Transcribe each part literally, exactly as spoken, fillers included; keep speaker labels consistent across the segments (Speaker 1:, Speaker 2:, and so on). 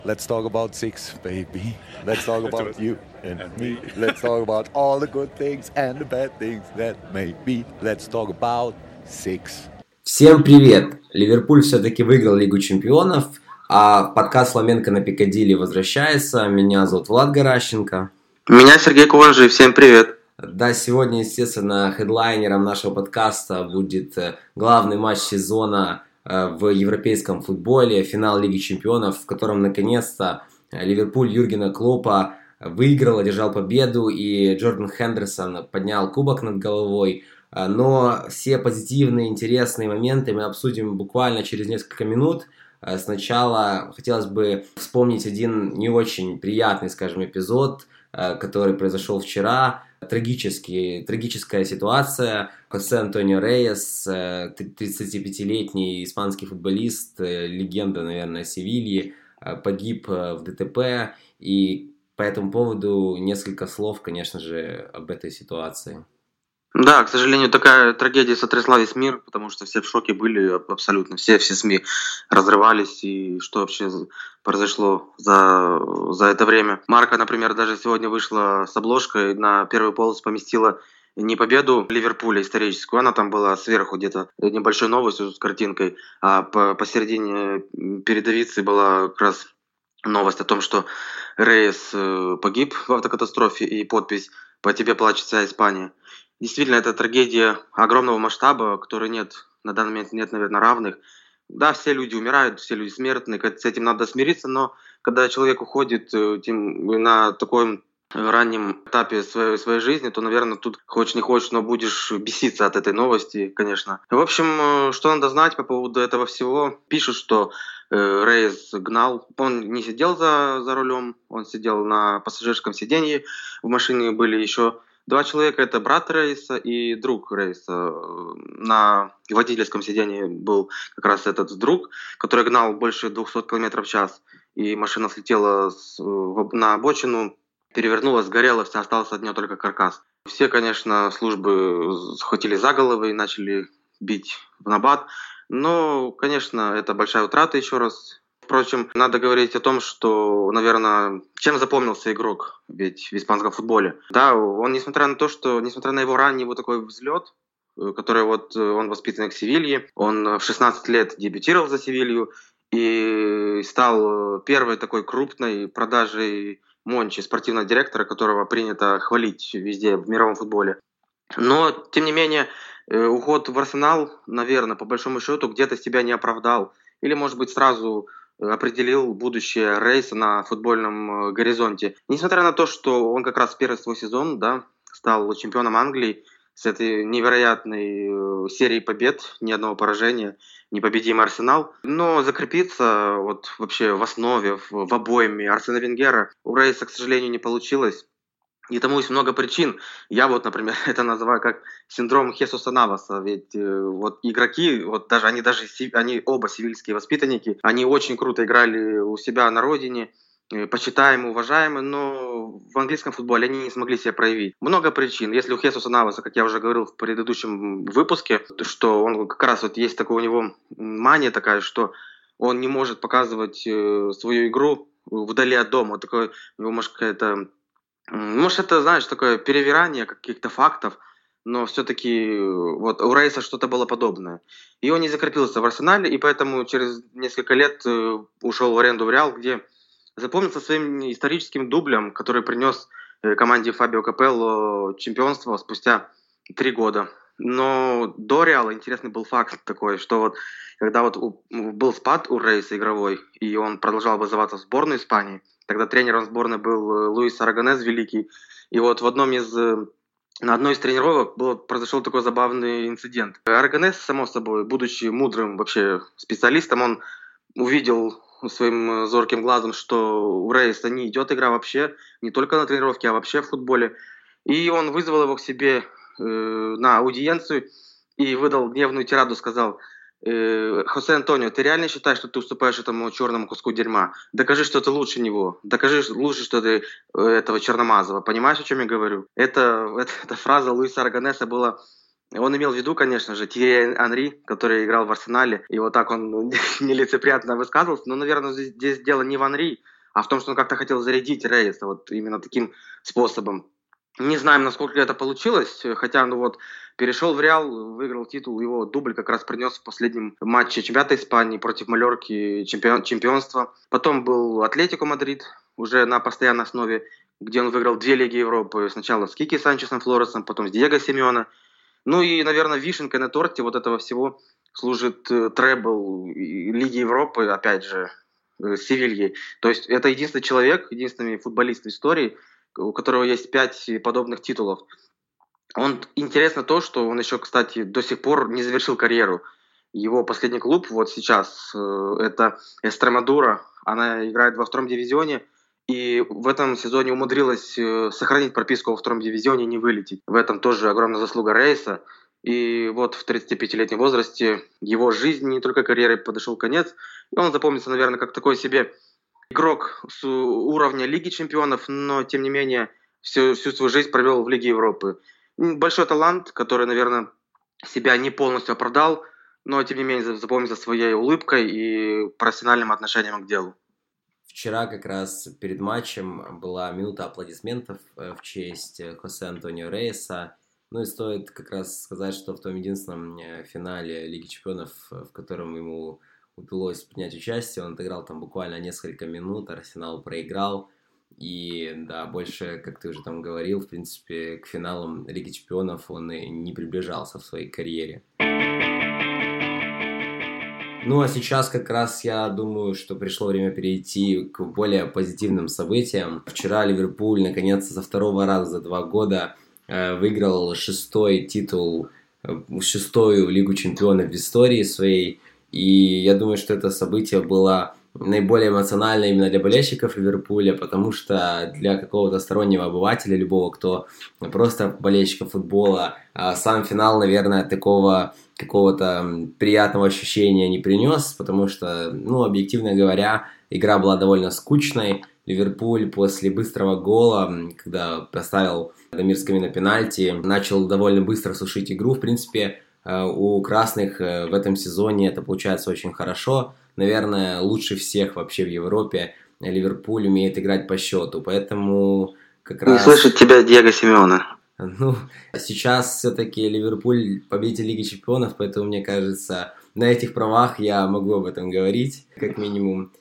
Speaker 1: Let's talk about six, baby. Let's talk about you and me. Let's talk about all the good things and the bad things that may be. Let's talk about six.
Speaker 2: Всем привет! Ливерпуль все-таки выиграл Лигу Чемпионов, а подкаст «Фламенко на Пикадилли» возвращается. Меня зовут Влад Горащенко.
Speaker 3: Меня Сергей Куванжи. Всем привет!
Speaker 2: Да, сегодня, естественно, хедлайнером нашего подкаста будет главный матч сезона в европейском футболе, финал Лиги Чемпионов, в котором наконец-то Ливерпуль Юргена Клоппа выиграл, одержал победу, и Джордан Хендерсон поднял кубок над головой. Но все позитивные, интересные моменты мы обсудим буквально через несколько минут. Сначала хотелось бы вспомнить один не очень приятный, скажем, эпизод, который произошел вчера. Трагический, трагическая ситуация. Хосе Антонио Рейес, тридцатипятилетний испанский футболист, легенда, наверное, Севильи, погиб в ДТП. И по этому поводу несколько слов, конечно же, об этой ситуации.
Speaker 3: Да, к сожалению, такая трагедия сотрясла весь мир, потому что все в шоке были абсолютно. Все, все СМИ разрывались, и что вообще произошло за, за это время. Марка, например, даже сегодня вышла с обложкой, на первую полосу поместила не победу Ливерпуля историческую, она там была сверху где-то небольшой новостью с картинкой, а по, посередине передовицы была как раз новость о том, что Рейс погиб в автокатастрофе, и подпись «По тебе плачет вся Испания». Действительно, это трагедия огромного масштаба, которой нет, на данный момент нет, наверное, равных. Да, все люди умирают, все люди смертны, с этим надо смириться, но когда человек уходит тем, на таком раннем этапе своей, своей жизни, то, наверное, тут хочешь не хочешь, но будешь беситься от этой новости, конечно. В общем, что надо знать по поводу этого всего? Пишут, что э, Рейс гнал, он не сидел за, за рулем, он сидел на пассажирском сиденье, в машине были еще два человека, это брат Рейса и друг Рейса. На водительском сидении был как раз этот друг, который гнал больше двухсот километров в час, и машина слетела с, на обочину, перевернулась, сгорела, вся, остался от нее только каркас. Все, конечно, службы схватили за головы и начали бить в набат, но, конечно, это большая утрата еще раз. Впрочем, надо говорить о том, что, наверное, чем запомнился игрок ведь в испанском футболе. Да, он, несмотря на то, что, несмотря на его ранний вот такой взлет, который вот он воспитанник Севильи, он в шестнадцать лет дебютировал за Севилью и стал первой такой крупной продажей Мончи, спортивного директора, которого принято хвалить везде в мировом футболе. Но, тем не менее, уход в Арсенал, наверное, по большому счету, где-то себя не оправдал. Или, может быть, сразу определил будущее Рейса на футбольном горизонте. Несмотря на то, что он как раз в первый свой сезон, да, стал чемпионом Англии с этой невероятной серией побед, ни одного поражения, непобедимый Арсенал. Но закрепиться вот вообще в основе, в, в обойме Арсена Венгера у Рейса, к сожалению, не получилось. И тому есть много причин. Я вот, например, это называю как синдром Хесуса Наваса. Ведь э, вот игроки, вот даже они даже они оба севильские воспитанники, они очень круто играли у себя на родине, э, почитаемы, уважаемы, но в английском футболе они не смогли себя проявить. Много причин. Если у Хесуса Наваса, как я уже говорил в предыдущем выпуске, что он как раз вот есть такая у него мания такая, что он не может показывать э, свою игру вдали от дома. Вот такое, его, может, какая-то Может, это, знаешь, такое перевирание каких-то фактов, но все-таки вот у Рейса что-то было подобное. И он не закрепился в Арсенале, и поэтому через несколько лет ушел в аренду в Реал, где запомнился своим историческим дублем, который принес команде Фабио Капелло чемпионство спустя три года. Но до Реала интересный был факт такой, что вот когда вот у, был спад у Рейса игровой, и он продолжал вызываться в сборную Испании, тогда тренером сборной был Луис Араганес великий, и вот в одном из, на одной из тренировок был, произошел такой забавный инцидент. Араганес, само собой, будучи мудрым вообще специалистом, он увидел своим зорким глазом, что у Рейса не идет игра вообще, не только на тренировке, а вообще в футболе. И он вызвал его к себе э, на аудиенцию и выдал гневную тираду, сказал: э, «Хосе Антонио, ты реально считаешь, что ты уступаешь этому черному куску дерьма? Докажи, что ты лучше него. Докажи лучше, что ты э, этого черномазого». Понимаешь, о чем я говорю? Это, это, эта фраза Луиса Араганеса была Он имел в виду, конечно же, Тьерри Анри, который играл в Арсенале, и вот так он нелицеприятно высказывался. Но, наверное, здесь, здесь дело не в Анри, а в том, что он как-то хотел зарядить Рейса вот именно таким способом. Не знаем, насколько это получилось, хотя, ну вот, перешел в Реал, выиграл титул, его дубль как раз принес в последнем матче чемпионата Испании против Мальорки чемпион, чемпионства. Потом был Атлетико Мадрид, уже на постоянной основе, где он выиграл две Лиги Европы. Сначала с Кики Санчесом Флоресом, потом с Диего Симеоне. Ну и, наверное, вишенкой на торте вот этого всего служит требл Лиги Европы, опять же, с Севильей. То есть это единственный человек, единственный футболист в истории, у которого есть пять подобных титулов. Он, интересно то, что он еще, кстати, до сих пор не завершил карьеру. Его последний клуб вот сейчас, это Эстремадура, она играет во втором дивизионе, и в этом сезоне умудрилась сохранить прописку во втором дивизионе и не вылететь. В этом тоже огромная заслуга Рейса. И вот в тридцатипятилетнем возрасте его жизни, не только карьеры, подошел конец. И он запомнится, наверное, как такой себе игрок с уровня Лиги Чемпионов, но, тем не менее, всю, всю свою жизнь провел в Лиге Европы. Большой талант, который, наверное, себя не полностью оправдал, но, тем не менее, запомнится своей улыбкой и профессиональным отношением к делу.
Speaker 2: Вчера как раз перед матчем была минута аплодисментов в честь Хосе Антонио Рейса. Ну и стоит как раз сказать, что в том единственном финале Лиги Чемпионов, в котором ему удалось принять участие, он отыграл там буквально несколько минут, Арсенал проиграл. И да, больше, как ты уже там говорил, в принципе, к финалам Лиги Чемпионов он и не приближался в своей карьере. Ну а сейчас как раз я думаю, что пришло время перейти к более позитивным событиям. Вчера Ливерпуль наконец-то за второго раза за два года э, выиграл шестой титул, э, шестую Лигу Чемпионов в истории своей. И я думаю, что это событие было наиболее эмоционально именно для болельщиков Ливерпуля, потому что для какого-то стороннего обывателя, любого, кто просто болельщика футбола, сам финал, наверное, такого какого-то приятного ощущения не принес, потому что, ну, объективно говоря, игра была довольно скучной. Ливерпуль после быстрого гола, когда поставил Дамир на пенальти, начал довольно быстро сушить игру. В принципе, у красных в этом сезоне это получается очень хорошо. Наверное, лучше всех вообще в Европе Ливерпуль умеет играть по счету, поэтому как раз...
Speaker 3: Не слышит тебя Диего Симеоне.
Speaker 2: Ну, сейчас все-таки Ливерпуль победитель Лиги Чемпионов, поэтому, мне кажется, на этих правах я могу об этом говорить, как минимум.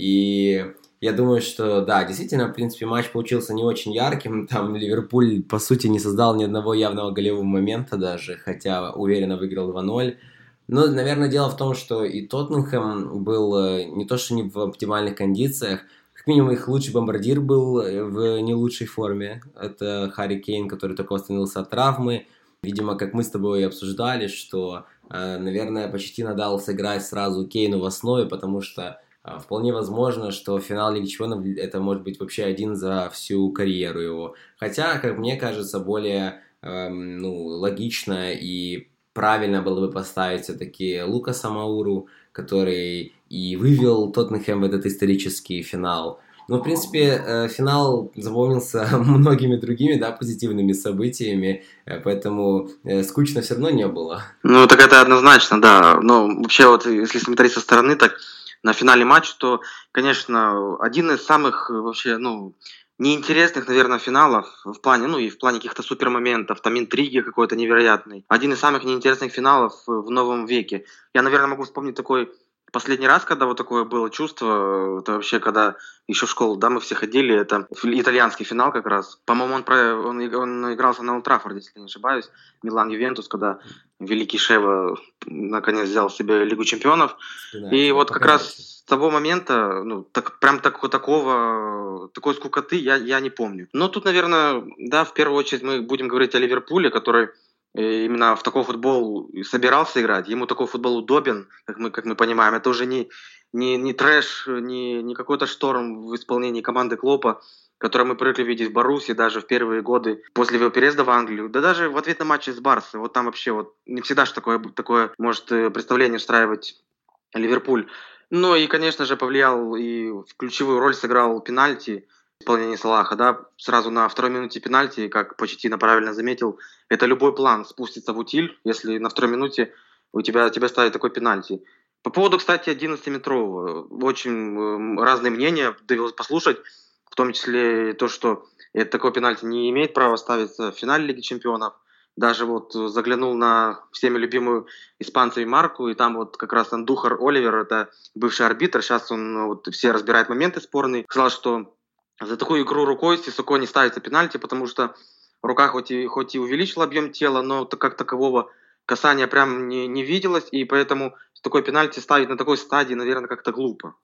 Speaker 2: И я думаю, что, да, действительно, в принципе, матч получился не очень ярким. Там Ливерпуль, по сути, не создал ни одного явного голевого момента даже, хотя уверенно выиграл два ноль. Но, наверное, дело в том, что и Тоттенхэм был не то что не в оптимальных кондициях, как минимум их лучший бомбардир был в не лучшей форме. Это Харри Кейн, который только восстановился от травмы. Видимо, как мы с тобой обсуждали, что, наверное, Почеттино дал сыграть сразу Кейну в основе, потому что вполне возможно, что финал Лиги Чемпионов это может быть вообще один за всю карьеру его. Хотя, как мне кажется, более эм, ну, логично и правильно было бы поставить все-таки Лукаса Моуру, который и вывел Тоттенхэм в этот исторический финал. Но, в принципе, финал запомнился многими другими, да, позитивными событиями, поэтому скучно все равно не было.
Speaker 3: Ну, так это однозначно, да. Но вообще, вот если смотреть со стороны, так на финале матча, то, конечно, один из самых вообще, ну, неинтересных, наверное, финалов в плане, ну и в плане каких-то супермоментов, там интриги какой-то невероятной. Один из самых неинтересных финалов в новом веке. Я, наверное, могу вспомнить такой последний раз, когда вот такое было чувство, это вообще, когда еще в школу, да, мы все ходили, это итальянский финал как раз. По-моему, он, про, он, он игрался на Олд Траффорде, если не ошибаюсь, Милан-Ювентус, когда великий Шева наконец взял себе Лигу Чемпионов. Да, и вот как раз с того момента, ну, так, прям так, такого, такой скукоты я, я не помню. Но тут, наверное, да, в первую очередь мы будем говорить о Ливерпуле, который именно в такой футбол собирался играть. Ему такой футбол удобен, как мы, как мы понимаем. Это уже не, не, не трэш, не, не какой-то шторм в исполнении команды Клопа, который мы привыкли видеть в Боруссии даже в первые годы после его переезда в Англию. Да даже в ответном матче с Барсой. Вот там вообще вот не всегда же такое, такое может представление устраивать Ливерпуль. Ну и, конечно же, повлиял и в ключевую роль сыграл пенальти. исполнении Салаха, да, сразу на второй минуте пенальти, как Почеттино правильно заметил, это любой план спустится в утиль, если на второй минуте у тебя, тебя ставят такой пенальти. По поводу, кстати, одиннадцатиметрового, очень э, разные мнения довелось послушать, в том числе то, что это такой пенальти не имеет права ставиться в финале Лиги Чемпионов. Даже вот заглянул на всеми любимую испанцами марку, и там вот как раз Андухар Оливер, это бывший арбитр, сейчас он вот все разбирает моменты спорные, сказал, что за такую игру рукой Сиссоко не ставится пенальти, потому что рука хоть и, хоть и увеличила объем тела, но как такового касания прям не, не виделось, и поэтому такой пенальти ставить на такой стадии, наверное, как-то глупо.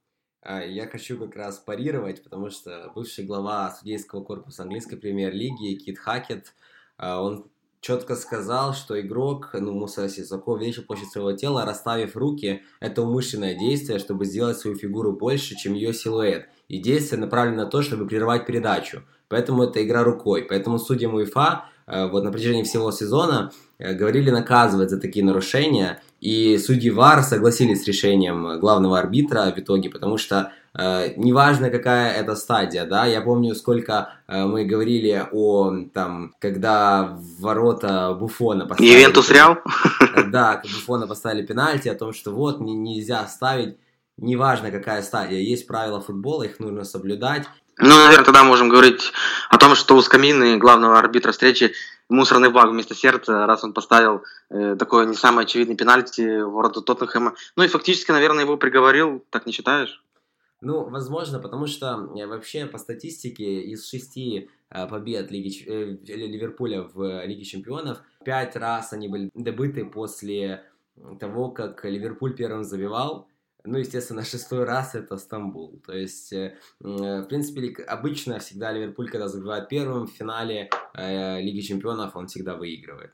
Speaker 2: Я хочу как раз парировать, потому что бывший глава судейского корпуса английской премьер-лиги Кит Хакет, он четко сказал, что игрок, ну, Муса Сиссоко увеличил площадь своего тела, расставив руки. Это умышленное действие, чтобы сделать свою фигуру больше, чем ее силуэт. И действие направлено на то, чтобы прервать передачу. Поэтому это игра рукой. Поэтому судьям УЕФА вот на протяжении всего сезона говорили наказывать за такие нарушения. И судьи ВАР согласились с решением главного арбитра в итоге, потому что э, неважно, какая это стадия, да, я помню, сколько э, мы говорили о, там, когда в ворота Буфона поставили...
Speaker 3: Ювентус Реал?
Speaker 2: Да, как Буфона поставили пенальти, о том, что вот, не, нельзя ставить, неважно, какая стадия, есть правила футбола, их нужно соблюдать.
Speaker 3: Ну, наверное, тогда можем говорить о том, что у Скамины, главного арбитра встречи, мусорный бак вместо сердца, раз он поставил э, такой не самый очевидный пенальти в ворота Тоттенхэма. Ну и фактически, наверное, его приговорил, так не считаешь?
Speaker 2: Ну, возможно, потому что э, вообще по статистике из шести э, побед Лиги, э, Ливерпуля в Лиге Чемпионов, пять раз они были добыты после того, как Ливерпуль первым забивал. Ну, естественно, шестой раз это Стамбул. То есть, э, в принципе, обычно всегда Ливерпуль, когда забивает первым, в финале э, Лиги Чемпионов он всегда выигрывает.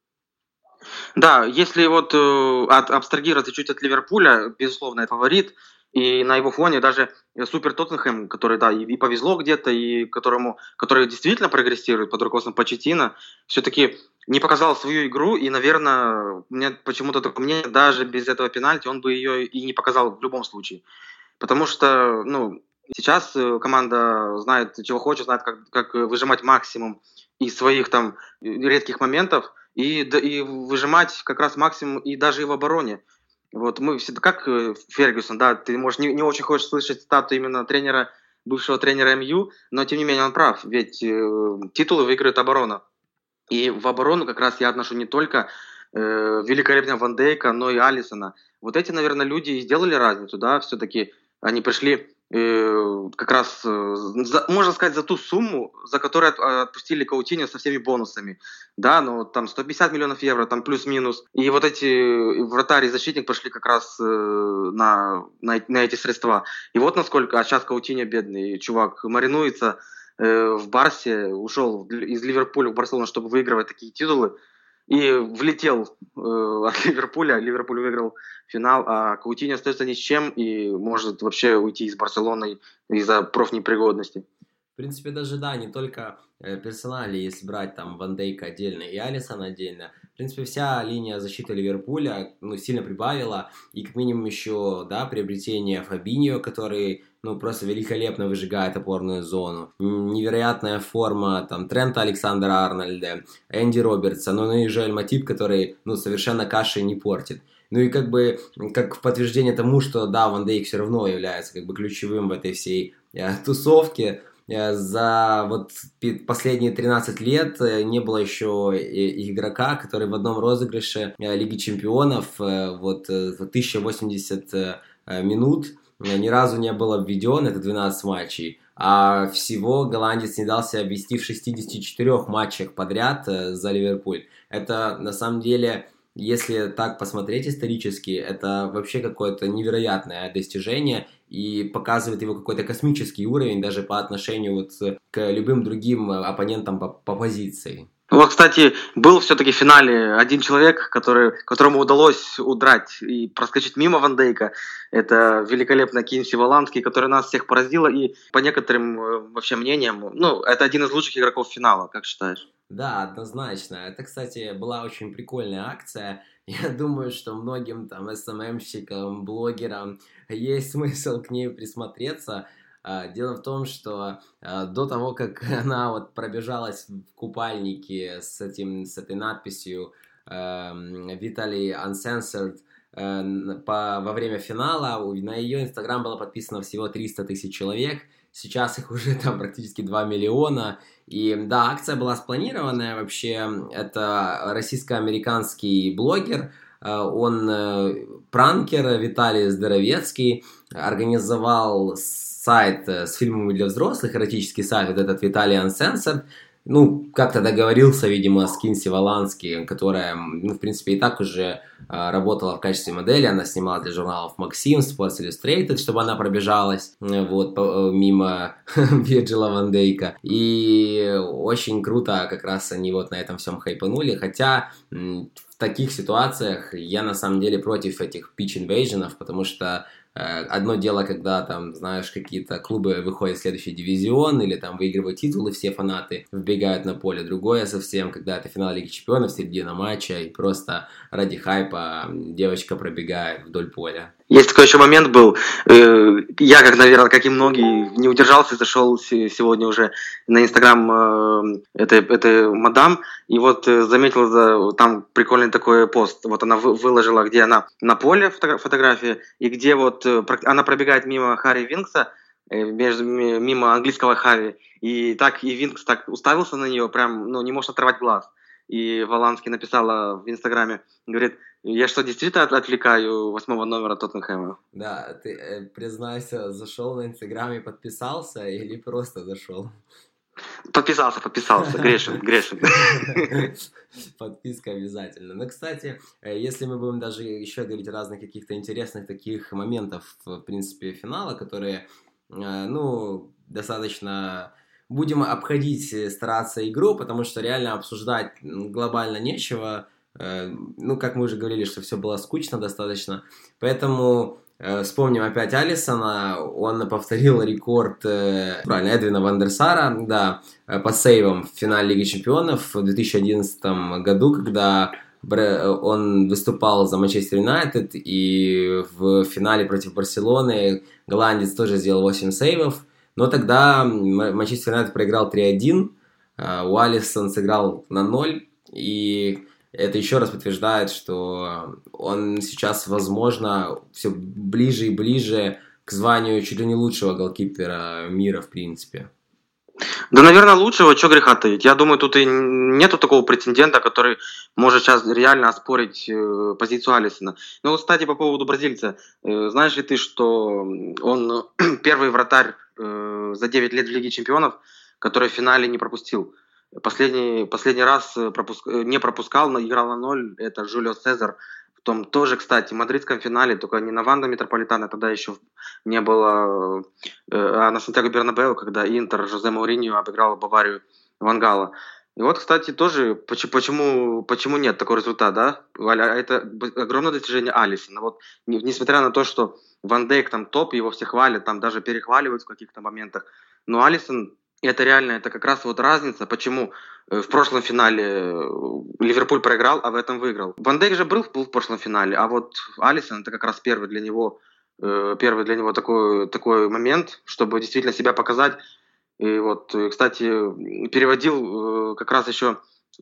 Speaker 3: Да, если вот э, от, абстрагироваться чуть от Ливерпуля, безусловно, это фаворит. И на его фоне даже Супер Тоттенхэм, который, да, и, и повезло где-то, и которому, который действительно прогрессирует под руководством Почеттино, все-таки не показал свою игру, и, наверное, мне почему-то такое мнение, даже без этого пенальти он бы ее и не показал в любом случае. Потому что, ну, сейчас команда знает, чего хочет, знает, как, как выжимать максимум из своих там редких моментов, и, и выжимать как раз максимум и даже и в обороне. Вот мы всегда, как Фергюсон, да, ты, может, не, не очень хочешь слышать стату именно тренера, бывшего тренера МЮ, но тем не менее он прав, ведь э, титулы выиграет оборона. И в оборону как раз я отношу не только э, великолепного Ван Дейка, но и Алисона. Вот эти, наверное, люди и сделали разницу, да, все-таки они пришли э, как раз, э, за, можно сказать, за ту сумму, за которую от, отпустили Каутиньо со всеми бонусами. Да, ну там сто пятьдесят миллионов евро, там плюс-минус. И вот эти вратарь и защитник пошли как раз э, на, на, на эти средства. И вот насколько, а сейчас Каутиньо бедный чувак маринуется э, в Барсе, ушел из Ливерпуля в Барселону, чтобы выигрывать такие титулы. И влетел э, от Ливерпуля. Ливерпуль выиграл финал, а Каутиньо остается ни с чем и может вообще уйти из Барселоны из-за профнепригодности.
Speaker 2: В принципе, даже, да, не только э, персонали, если брать там Ван Дейка отдельно и Алисона отдельно. В принципе, вся линия защиты Ливерпуля, ну, сильно прибавила. И как минимум еще, да, приобретение Фабиньо, который, ну, просто великолепно выжигает опорную зону. Невероятная форма, там, Трента Александра-Арнольда, Энди Робертса, ну, и Жоэль Матип, который, ну, совершенно каши не портит. Ну, и как бы, как в подтверждение тому, что, да, Ван Дейк все равно является, как бы, ключевым в этой всей э, тусовке. За вот последние тринадцать лет не было еще игрока, который в одном розыгрыше Лиги Чемпионов вот тысяча восемьдесят минут ни разу не был обведен, это двенадцать матчей, а всего голландец не дал себя обвести в шестидесяти четырёх матчах подряд за Ливерпуль. Это на самом деле... Если так посмотреть исторически, это вообще какое-то невероятное достижение и показывает его какой-то космический уровень даже по отношению вот к любым другим оппонентам по, по позиции.
Speaker 3: Вот, кстати, был все-таки в финале один человек, который, которому удалось удрать и проскочить мимо Ван Дейка. Это великолепно Кинси Валанский, который нас всех поразило. И по некоторым вообще мнениям, ну, это один из лучших игроков финала, как считаешь?
Speaker 2: Да, однозначно. Это, кстати, была очень прикольная акция. Я думаю, что многим там эс эм эм-щикам, блогерам есть смысл к ней присмотреться. Дело в том, что до того, как она вот пробежалась в купальнике с, этим, с этой надписью «Виталий Uncensored», по, во время финала на ее инстаграм было подписано всего триста тысяч человек, сейчас их уже там практически два миллиона, и да, акция была спланированная вообще, это российско-американский блогер, он пранкер Виталий Здоровецкий, организовал сайт с фильмами для взрослых, эротический сайт, вот этот Виталий Uncensored, ну, как-то договорился, видимо, с Кинси Волански, которая, ну, в принципе, и так уже э, работала в качестве модели, она снимала для журналов Maxim, Sports Illustrated, чтобы она пробежалась, э, вот, по, мимо Вирджила Ван Дейка, и очень круто как раз они вот на этом всем хайпанули, хотя м, в таких ситуациях я на самом деле против этих pitch invasion'ов, потому что одно дело, когда там, знаешь, какие-то клубы выходят в следующий дивизион или там выигрывают титулы, все фанаты вбегают на поле. Другое совсем, когда это финал Лиги Чемпионов, середина матча, и просто ради хайпа девочка пробегает вдоль поля.
Speaker 3: Есть такой еще момент был, я, как, наверное, как и многие, не удержался, зашел сегодня уже на инстаграм этой, этой мадам, и вот заметил там прикольный такой пост, вот она выложила, где она на поле фотографии, и где вот она пробегает мимо Харри Винкса, мимо английского Хави, и так и Винкс так уставился на нее, прям, ну, не может оторвать глаз. И Волански написала в инстаграме, говорит, я что, действительно отвлекаю восьмого номера Тоттенхэма?
Speaker 2: Да, ты, э, признайся, зашел на инстаграм и подписался или просто зашел?
Speaker 3: Подписался, подписался, грешен, грешен.
Speaker 2: Подписка обязательно. Но, кстати, если мы будем даже еще говорить о разных каких-то интересных таких моментов, в принципе, финала, которые, ну, достаточно... Будем обходить, стараться игру, потому что реально обсуждать глобально нечего. Ну, как мы уже говорили, что все было скучно достаточно. Поэтому э, вспомним опять Алисона. Он повторил рекорд э, правильно, Эдвина Ван дер Сара, да, по сейвам в финале Лиги Чемпионов в две тысячи одиннадцатом году, когда он выступал за Манчестер Юнайтед, и в финале против Барселоны голландец тоже сделал восемь сейвов. Но тогда Манчестер Юнайтед проиграл три один, у Алисон сыграл на ноль, и это еще раз подтверждает, что он сейчас, возможно, все ближе и ближе к званию чуть ли не лучшего голкипера мира, в принципе.
Speaker 3: Да, наверное, лучшего, что греха таить. Я думаю, тут и нету такого претендента, который может сейчас реально оспорить э, позицию Алисона. Ну, вот, кстати, по поводу бразильца. Э, знаешь ли ты, что он первый вратарь э, за девять лет в Лиге Чемпионов, который в финале не пропустил? Последний, последний раз пропуск, не пропускал, но играл на ноль. Это Жулио Сезар. В том тоже, кстати, в мадридском финале, только не на Ванда Метрополитано, тогда еще не было, а на Сантьяго Бернабеу, когда Интер Жозе Мауриньо обыграл Баварию Ван Гала. И вот, кстати, тоже, почему, почему нет такого результата, да? Это огромное достижение Алисона. Вот, несмотря на то, что Ван Дейк там топ, его все хвалят, там даже перехваливают в каких-то моментах, но Алисон... И это реально, это как раз вот разница, почему в прошлом финале Ливерпуль проиграл, а в этом выиграл. Ван Дейк же был, был в прошлом финале, а вот Алисон это как раз первый для него, первый для него такой, такой момент, чтобы действительно себя показать. И вот, кстати, переводил как раз еще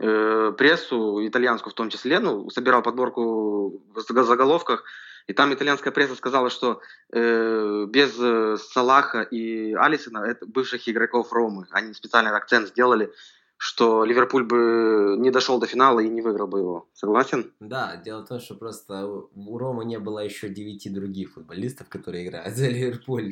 Speaker 3: прессу, итальянскую в том числе, ну, собирал подборку в заголовках, и там итальянская пресса сказала, что э, без э, Салаха и Алисона, это бывших игроков Ромы, они специально акцент сделали, что Ливерпуль бы не дошел до финала и не выиграл бы его. Согласен?
Speaker 2: Да, дело в том, что просто у Ромы не было еще девяти других футболистов, которые играют за Ливерпуль.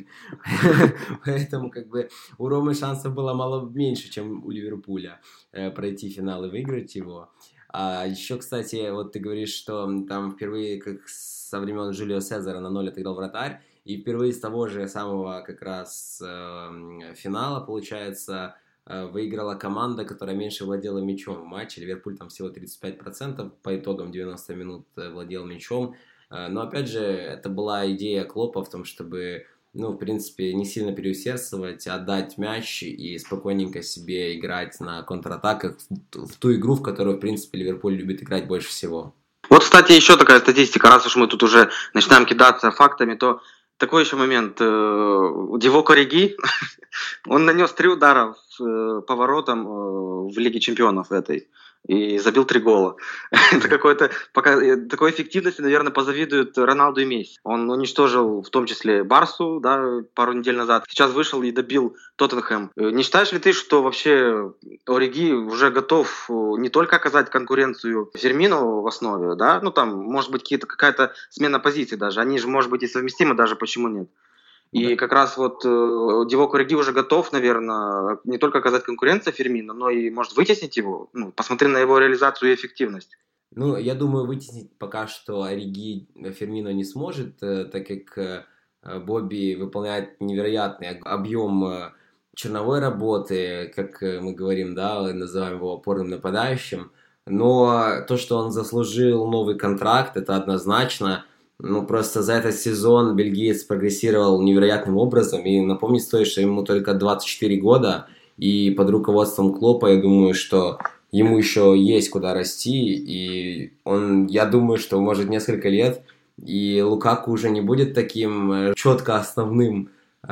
Speaker 2: Поэтому как бы у Ромы шансов было мало меньше, чем у Ливерпуля пройти финал и выиграть его. А еще, кстати, вот ты говоришь, что там впервые, как со времен Жулио Сезара, на ноль отыграл вратарь, и впервые с того же самого как раз э, финала, получается, э, выиграла команда, которая меньше владела мячом в матче. Ливерпуль там всего тридцать пять процентов по итогам девяносто минут владел мячом. Э, но, опять же, это была идея Клопа в том, чтобы... ну, в принципе, не сильно переусердствовать, отдать мяч и спокойненько себе играть на контратаках в, в ту игру, в которую, в принципе, Ливерпуль любит играть больше всего.
Speaker 3: Вот, кстати, еще такая статистика, раз уж мы тут уже начинаем кидаться фактами, то такой еще момент. Дивок Ориги, он нанес три удара поворотом в Лиге Чемпионов этой. И забил три гола. Это какой-то пока такой эффективности, наверное, позавидует Роналду и Месси. Он уничтожил в том числе Барсу, да, пару недель назад. Сейчас вышел и добил Тоттенхэм. Не считаешь ли ты, что вообще Ориги уже готов не только оказать конкуренцию Фермину в основе, да, ну там, может быть, какие-то, какая-то смена позиций даже. Они же, может быть, и совместимы даже, почему нет? И как раз вот э, Дивок Ориги уже готов, наверное, не только оказать конкуренцию Фермину, но и может вытеснить его. Ну, посмотри на его реализацию и эффективность.
Speaker 2: Ну, я думаю, вытеснить пока что Ориги Фермино не сможет, так как Бобби выполняет невероятный объем черновой работы, как мы говорим, да, называем его опорным нападающим. Но то, что он заслужил новый контракт, это однозначно. Ну, просто за этот сезон бельгиец прогрессировал невероятным образом. И напомнить стоит, что ему только двадцать четыре года. И под руководством Клопа, я думаю, что ему еще есть куда расти. И он, я думаю, что может несколько лет. И Лукаку уже не будет таким четко основным э,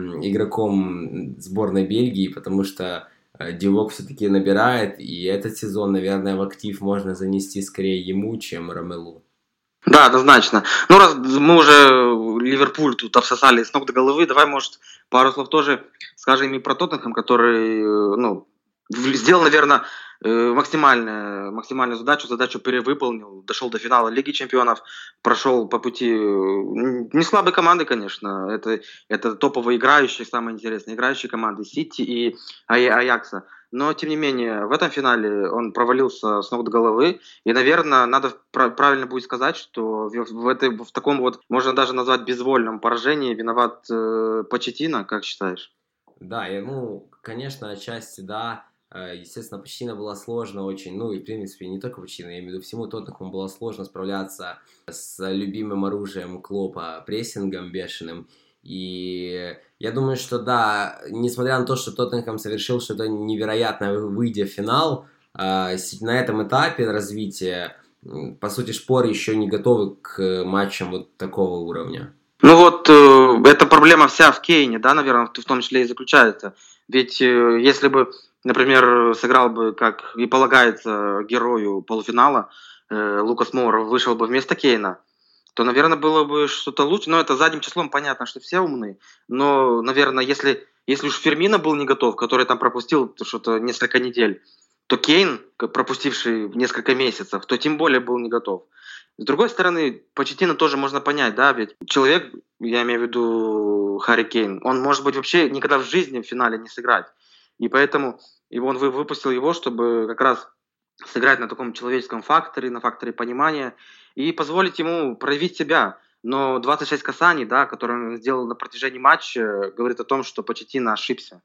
Speaker 2: игроком сборной Бельгии. Потому что Дивок все-таки набирает. И этот сезон, наверное, в актив можно занести скорее ему, чем Ромелу.
Speaker 3: Да, однозначно. Ну, раз мы уже Ливерпуль тут обсосали с ног до головы, давай, может, пару слов тоже скажем и про Тоттенхэм, который, ну, сделал, наверное, максимальную, максимальную задачу, задачу перевыполнил, дошел до финала Лиги Чемпионов, прошел по пути не слабой команды, конечно, это, это топовые играющие, самые интересные играющие команды Сити и Аякса. Но, тем не менее, в этом финале он провалился с ног до головы. И, наверное, надо правильно будет сказать, что в, в, этой, в таком вот, можно даже назвать безвольном поражении виноват э, Почеттино, как считаешь?
Speaker 2: Да, и, ну, конечно, отчасти, да. Естественно, Почеттино было сложно очень. Ну, и, в принципе, не только Почеттино, я имею в виду, всему Тоттенхэму было сложно справляться с любимым оружием Клопа, прессингом бешеным. И я думаю, что да, несмотря на то, что Тоттенхэм совершил что-то невероятное, выйдя в финал, на этом этапе развития, по сути, шпоры еще не готовы к матчам вот такого уровня.
Speaker 3: Ну вот, э, эта проблема вся в Кейне, да, наверное, в том числе и заключается. Ведь э, если бы, например, сыграл бы, как и полагается герою полуфинала, э, Лукас Моура вышел бы вместо Кейна, то, наверное, было бы что-то лучше. Но это задним числом понятно, что все умны. Но, наверное, если, если уж Фермино был не готов, который там пропустил что-то несколько недель, то Кейн, пропустивший несколько месяцев, то тем более был не готов. С другой стороны, Почеттино тоже можно понять, да, ведь человек, я имею в виду Харри Кейн, он, может быть, вообще никогда в жизни в финале не сыграть. И поэтому и он выпустил его, чтобы как раз сыграть на таком человеческом факторе, на факторе понимания и позволить ему проявить себя. Но двадцать шесть касаний, да, которые он сделал на протяжении матча, говорит о том, что Почеттино ошибся.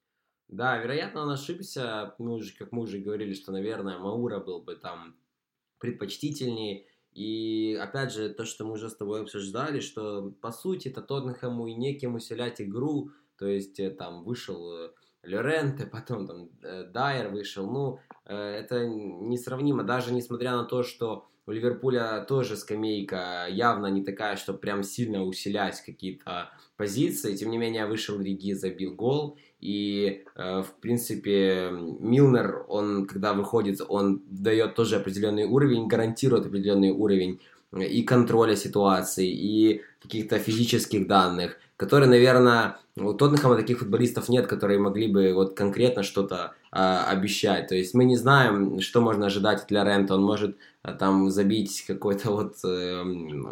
Speaker 2: Да, вероятно, он ошибся. Мы уже, как мы уже говорили, что, наверное, Маура был бы там предпочтительнее. И, опять же, то, что мы уже с тобой обсуждали, что, по сути, это Тоттенхэму и неким усилять игру. То есть, там вышел Лоренте, потом там Дайер вышел. Ну, это несравнимо. Даже несмотря на то, что у Ливерпуля тоже скамейка явно не такая, чтобы прям сильно усилять какие-то позиции. Тем не менее, вышел Ориги, забил гол. И, в принципе, Милнер, он, когда выходит, он дает тоже определенный уровень, гарантирует определенный уровень и контроля ситуации, и каких-то физических данных, которые, наверное, у Тоттенхэма таких футболистов нет, которые могли бы вот конкретно что-то а, обещать. То есть мы не знаем, что можно ожидать от Лоренте. Он может а, там забить какой-то вот э,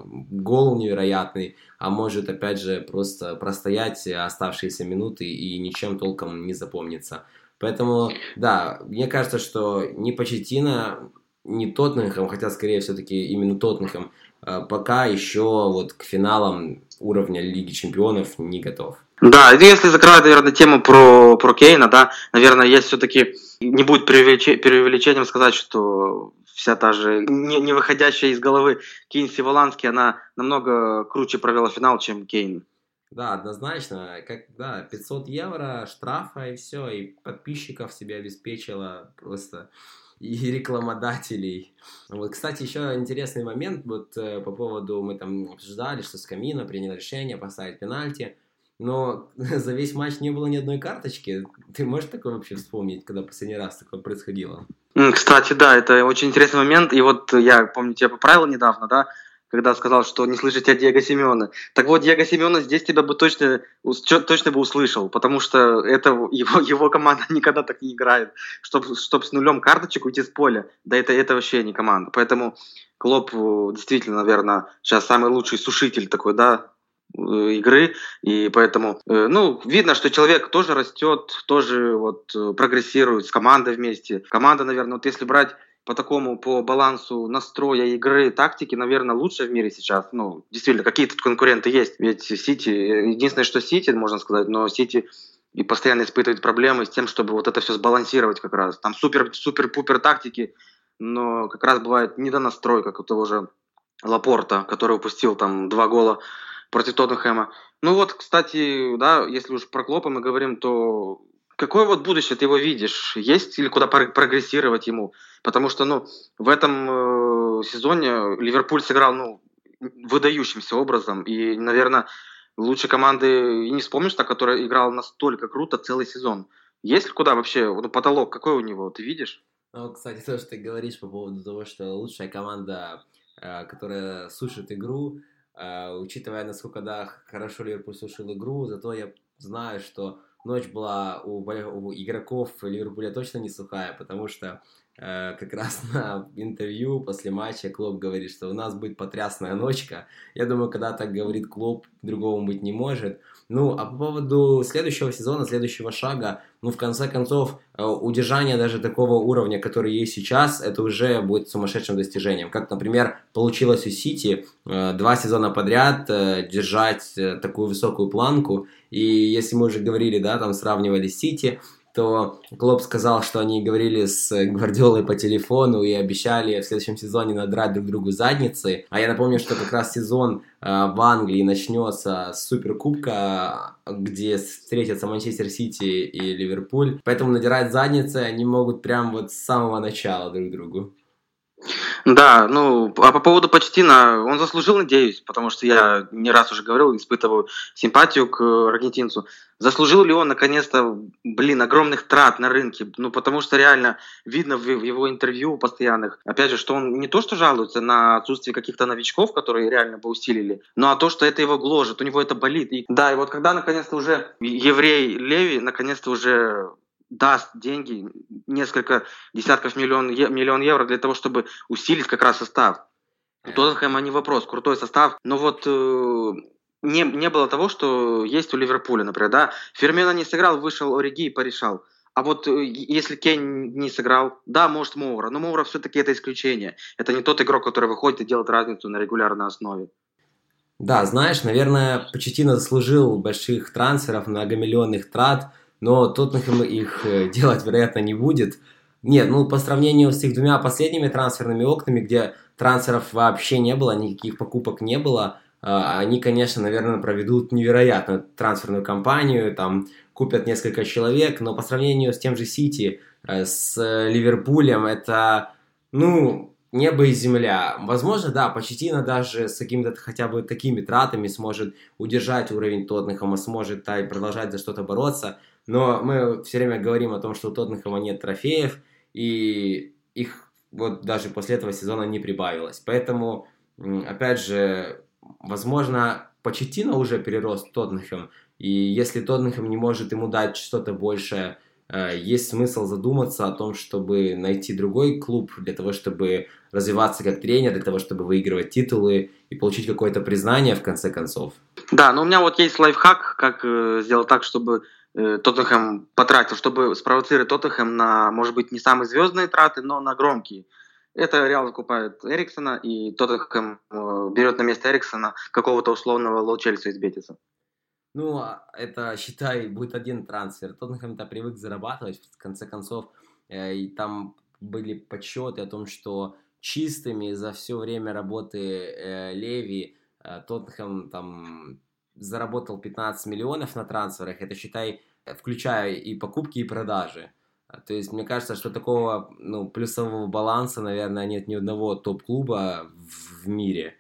Speaker 2: гол невероятный, а может, опять же, просто простоять оставшиеся минуты и ничем толком не запомниться. Поэтому, да, мне кажется, что ни Почеттино, ни Тоттенхэм, хотя, скорее, все-таки именно Тоттенхэм, пока еще вот к финалам уровня Лиги Чемпионов не готов.
Speaker 3: Да, и если закрывать, наверное, тему про, про Кейна, да, наверное, есть все-таки, не будет преувеличением сказать, что вся та же, не, не выходящая из головы Кинси Волански, она намного круче провела финал, чем Кейн.
Speaker 2: Да, однозначно, как, да, пятьсот евро штрафа и все, и подписчиков себе обеспечила просто и рекламодателей. Вот, кстати, еще интересный момент, вот э, по поводу, мы там обсуждали, что Скамино принял решение поставить пенальти, но за весь матч не было ни одной карточки. Ты можешь такое вообще вспомнить, когда последний раз такое происходило?
Speaker 3: Кстати, да, это очень интересный момент, и вот я, помню, тебя поправил недавно, да, когда сказал, что не слышит тебя Диего Симеоне. Так вот, Диего Симеоне здесь тебя бы точно, точно бы услышал, потому что это его, его команда никогда так не играет, чтобы чтоб с нулем карточек уйти с поля. Да это, это вообще не команда. Поэтому Клоп действительно, наверное, сейчас самый лучший сушитель такой, да, игры, и поэтому, ну, видно, что человек тоже растет, тоже вот прогрессирует с командой вместе. Команда, наверное, вот если брать по такому, по балансу настроя игры, тактики, наверное, лучшая в мире сейчас. Ну, действительно, какие тут конкуренты есть. Ведь Сити, единственное, что Сити, можно сказать, но Сити и постоянно испытывает проблемы с тем, чтобы вот это все сбалансировать как раз. Там супер-супер-пупер тактики, но как раз бывает недонастрой, как у того же Лапорта, который упустил там два гола против Тоттенхэма. Ну вот, кстати, да, если уж про Клопа мы говорим, то какое вот будущее ты его видишь? Есть или куда прогрессировать ему? Потому что, ну, в этом э, сезоне Ливерпуль сыграл, ну, выдающимся образом. И, наверное, лучшей команды и не вспомнишь, та, которая играла настолько круто целый сезон. Есть ли куда вообще? Ну, потолок какой у него, ты видишь?
Speaker 2: Ну, кстати, то, что ты говоришь по поводу того, что лучшая команда, э, которая сушит игру, э, учитывая, насколько, да, хорошо Ливерпуль сушил игру, зато я знаю, что ночь была у, у игроков Ливерпуля точно не сухая, потому что э, как раз на интервью после матча Клоп говорит, что у нас будет потрясная ночка. Я думаю, когда так говорит Клоп, другому быть не может. Ну, а по поводу следующего сезона, следующего шага, ну, в конце концов, э, удержание даже такого уровня, который есть сейчас, это уже будет сумасшедшим достижением. Как, например, получилось у Сити э, два сезона подряд э, держать э, такую высокую планку. И если мы уже говорили, да, там сравнивали с Сити, то Клоп сказал, что они говорили с Гвардиолой по телефону и обещали в следующем сезоне надрать друг другу задницы. А я напомню, что как раз сезон э, в Англии начнется с Суперкубка, где встретятся Манчестер Сити и Ливерпуль. Поэтому надирать задницы они могут прям вот с самого начала друг другу.
Speaker 3: Да, ну, а по поводу Почтина, он заслужил, надеюсь, потому что я не раз уже говорил, испытываю симпатию к аргентинцу. Заслужил ли он, наконец-то, блин, огромных трат на рынке? Ну, потому что реально видно в его интервью постоянных, опять же, что он не то что жалуется на отсутствие каких-то новичков, которые реально бы усилили, но а то, что это его гложет, у него это болит. И, да, и вот когда, наконец-то, уже еврей Леви, наконец-то, уже даст деньги, несколько десятков миллион, е- миллион евро для того, чтобы усилить как раз состав. У Тоттенхэма не вопрос, крутой состав, но вот э, не, не было того, что есть у Ливерпуля, например, да. Фермино не сыграл, вышел Ориги и порешал. А вот э, если Кейн не сыграл, да, может Моура, но Моура все-таки это исключение. Это не тот игрок, который выходит и делает разницу на регулярной основе.
Speaker 2: Да, знаешь, наверное, Почеттино заслужил больших трансферов, многомиллионных трат, но Тоттенхэм их делать, вероятно, не будет. Нет, ну, по сравнению с их двумя последними трансферными окнами, где трансферов вообще не было, никаких покупок не было, они, конечно, наверное, проведут невероятную трансферную кампанию, там, купят несколько человек, но по сравнению с тем же Сити, с Ливерпулем, это, ну, небо и земля. Возможно, да, Почеттино даже с какими-то хотя бы такими тратами сможет удержать уровень Тоттенхэма, сможет да, и продолжать за что-то бороться, но мы все время говорим о том, что у Тоттенхэма нет трофеев, и их вот даже после этого сезона не прибавилось. Поэтому, опять же, возможно, Почеттино уже перерос Тоттенхэм, и если Тоттенхэм не может ему дать что-то большее, есть смысл задуматься о том, чтобы найти другой клуб для того, чтобы развиваться как тренер, для того, чтобы выигрывать титулы и получить какое-то признание в конце концов.
Speaker 3: Да, но у меня вот есть лайфхак, как э, сделать так, чтобы э, Тоттенхэм потратил, чтобы спровоцировать Тоттенхэм на, может быть, не самые звездные траты, но на громкие. Это Реал закупает Эриксона, и Тоттенхэм э, берет на место Эриксона какого-то условного Ло Челси из Бетиса.
Speaker 2: Ну, это, считай, будет один трансфер. Тоттенхэм-то привык зарабатывать, в конце концов, э, и там были подсчеты о том, что чистыми за все время работы э, Леви э, Тоттенхэм там заработал пятнадцать миллионов на трансферах. Это, считай, включая и покупки, и продажи. То есть мне кажется, что такого ну, плюсового баланса, наверное, нет ни одного топ-клуба в, в мире.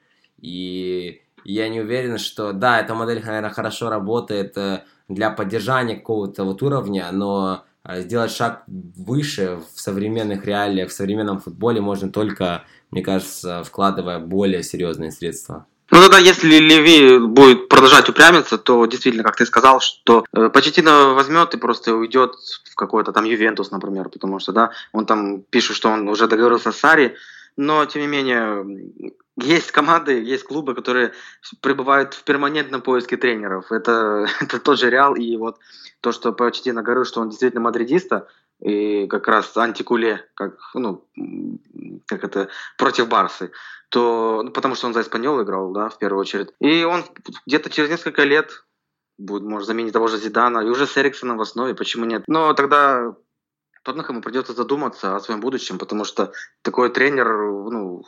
Speaker 2: И я не уверен, что да, эта модель, наверное, хорошо работает для поддержания какого-то вот уровня, но сделать шаг выше в современных реалиях, в современном футболе можно только, мне кажется, вкладывая более серьезные средства.
Speaker 3: Ну тогда, если Леви будет продолжать упрямиться, то действительно, как ты сказал, что э, Почеттино возьмет и просто уйдет в какой-то там Ювентус, например, потому что, да, он там пишет, что он уже договорился с Сарри, но, тем не менее, есть команды, есть клубы, которые пребывают в перманентном поиске тренеров. Это, это тот же Реал, и вот то, что Почеттино говорил, что он действительно мадридиста, и как раз антикуле, как, ну, как это, против Барсы, то, ну, потому что он за Эспаньол играл, да, в первую очередь. И он где-то через несколько лет будет, может, заменить того же Зидана, и уже с Эриксоном в основе, почему нет? Но тогда Тоттенхэму придется задуматься о своем будущем, потому что такой тренер, ну,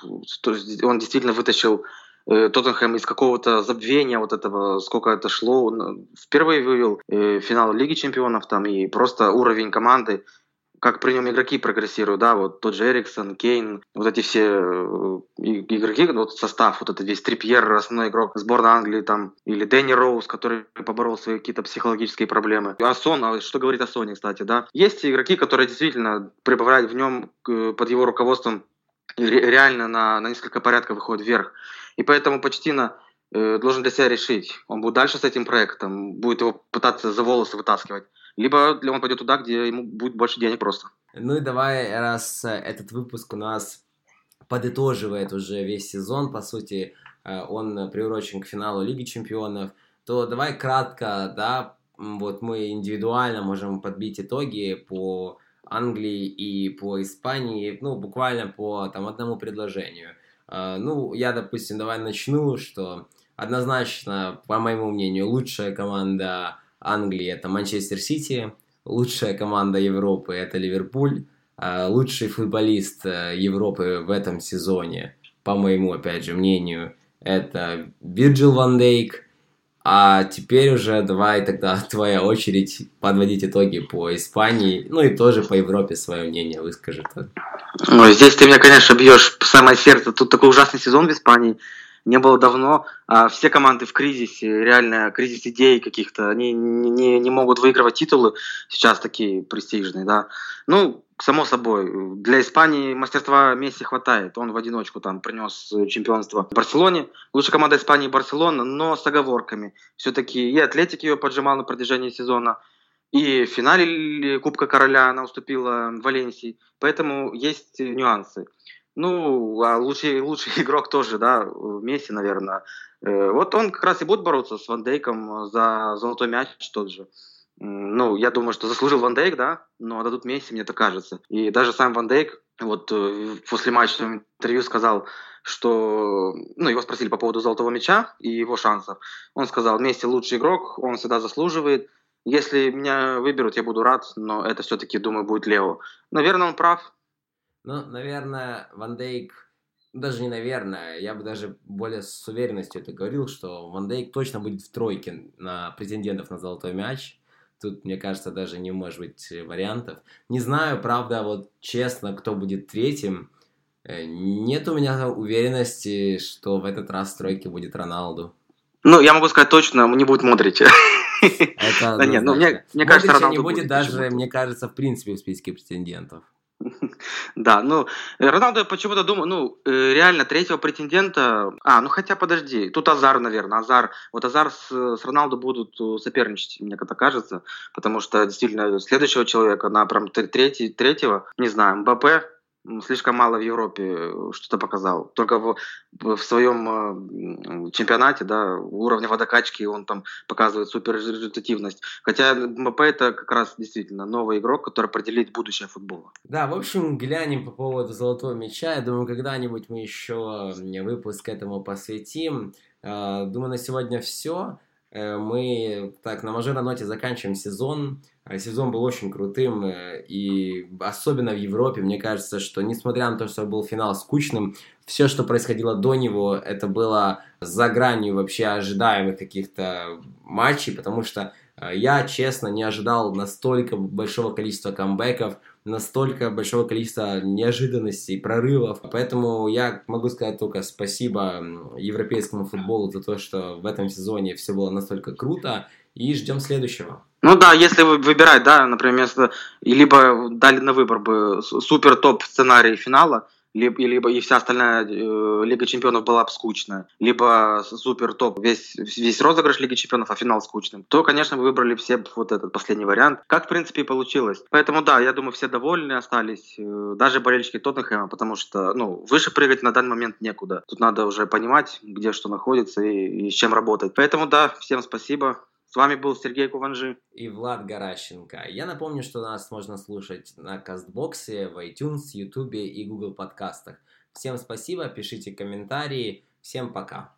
Speaker 3: он действительно вытащил э, Тоттенхэм из какого-то забвения вот этого, сколько это шло. Он впервые вывел э, финал Лиги Чемпионов там, и просто уровень команды, как при нем игроки прогрессируют, да, вот тот же Эриксон, Кейн, вот эти все э, игроки, вот состав, вот этот весь Трипьер, основной игрок сборной Англии, там, или Дэнни Роуз, который поборол свои какие-то психологические проблемы. А Сон, а что говорит о Соне, кстати, да? Есть игроки, которые действительно пребывают в нем э, под его руководством и ре- реально на, на несколько порядков выходят вверх. И поэтому Почеттино э, должен для себя решить, он будет дальше с этим проектом, будет его пытаться за волосы вытаскивать, либо он пойдет туда, где ему будет больше денег просто.
Speaker 2: Ну и давай, раз этот выпуск у нас подытоживает уже весь сезон, по сути, он приурочен к финалу Лиги Чемпионов, то давай кратко, да, вот мы индивидуально можем подбить итоги по Англии и по Испании, ну, буквально по там одному предложению. Ну, я, допустим, давай начну, что однозначно, по моему мнению, лучшая команда Англии это Манчестер Сити, лучшая команда Европы это Ливерпуль, лучший футболист Европы в этом сезоне, по моему, опять же, мнению, это Вирджил ван Дейк. А теперь уже давай тогда твоя очередь подводить итоги по Испании, ну и тоже по Европе свое мнение выскажи.
Speaker 3: Ой, здесь ты меня, конечно, бьешь в самое сердце. Тут такой ужасный сезон в Испании. Не было давно. А все команды в кризисе, реально кризис идей каких-то. Они не, не могут выигрывать титулы сейчас такие престижные, да. Ну, само собой, для Испании мастерства Месси хватает. Он в одиночку там принес чемпионство в Барселоне. Лучшая команда Испании Барселона, но с оговорками. Все-таки и Атлетик ее поджимал на протяжении сезона, и в финале Кубка Короля она уступила Валенсии. Поэтому есть нюансы. Ну, а лучший, лучший игрок тоже, да, Месси, наверное. Вот он как раз и будет бороться с Ван Дейком за золотой мяч тот же. Ну, я думаю, что заслужил Ван Дейк, да, но дадут Месси, мне так кажется. И даже сам Ван Дейк вот после матча интервью сказал, что, ну, его спросили по поводу золотого мяча и его шансов. Он сказал, Месси лучший игрок, он всегда заслуживает. Если меня выберут, я буду рад, но это все-таки, думаю, будет Лео. Наверное, он прав.
Speaker 2: Ну, наверное, Ван Дейк, даже не наверное, я бы даже более с уверенностью это говорил, что Ван Дейк точно будет в тройке на претендентов на золотой мяч. Тут, мне кажется, даже не может быть вариантов. Не знаю, правда, вот честно, кто будет третьим. Нет у меня уверенности, что в этот раз в тройке будет Роналду.
Speaker 3: Ну, я могу сказать точно, не будет Модрича.
Speaker 2: Это
Speaker 3: да нет, ну, мне, мне кажется, Роналду
Speaker 2: не будет,
Speaker 3: будет
Speaker 2: даже, мне кажется, в принципе в списке претендентов.
Speaker 3: Да, ну, Роналду я почему-то думаю, ну, реально третьего претендента, а, ну, хотя, подожди, тут Азар, наверное, Азар, вот Азар с, с Роналду будут соперничать, мне как-то кажется, потому что, действительно, следующего человека, на прям третий, третьего, не знаю, Мбаппе, слишком мало в Европе что-то показал. Только в, в своем э, чемпионате, да, уровня водокачки он там показывает супер результативность. Хотя МБП это как раз действительно новый игрок, который определит будущее футбола.
Speaker 2: Да, в общем, глянем по поводу золотого мяча. Я думаю, когда-нибудь мы еще выпуск этому посвятим. Думаю, на сегодня все. Мы так на мажорной ноте заканчиваем сезон. Сезон был очень крутым, и особенно в Европе, мне кажется, что несмотря на то, что был финал скучным, все, что происходило до него, это было за гранью вообще ожидаемых каких-то матчей, потому что Я, честно, не ожидал настолько большого количества камбэков, настолько большого количества неожиданностей, прорывов. Поэтому я могу сказать только спасибо европейскому футболу за то, что в этом сезоне все было настолько круто. И ждем следующего.
Speaker 3: Ну да, если выбирать, да, например, либо дали на выбор бы супер топ сценарий финала, либо, либо и вся остальная э, Лига Чемпионов была бы скучная, либо супер топ, весь, весь розыгрыш Лиги Чемпионов, а финал скучным, то, конечно, мы выбрали все вот этот последний вариант, как, в принципе, и получилось. Поэтому, да, я думаю, все довольны остались, э, даже болельщики Тоттенхэма, потому что, ну, выше прыгать на данный момент некуда. Тут надо уже понимать, где что находится и, и с чем работать. Поэтому, да, всем спасибо. С вами был Сергей Куванжи
Speaker 2: и Влад Гаращенко. Я напомню, что нас можно слушать на Кастбоксе, в iTunes, Ютубе и Google подкастах. Всем спасибо, пишите комментарии. Всем пока.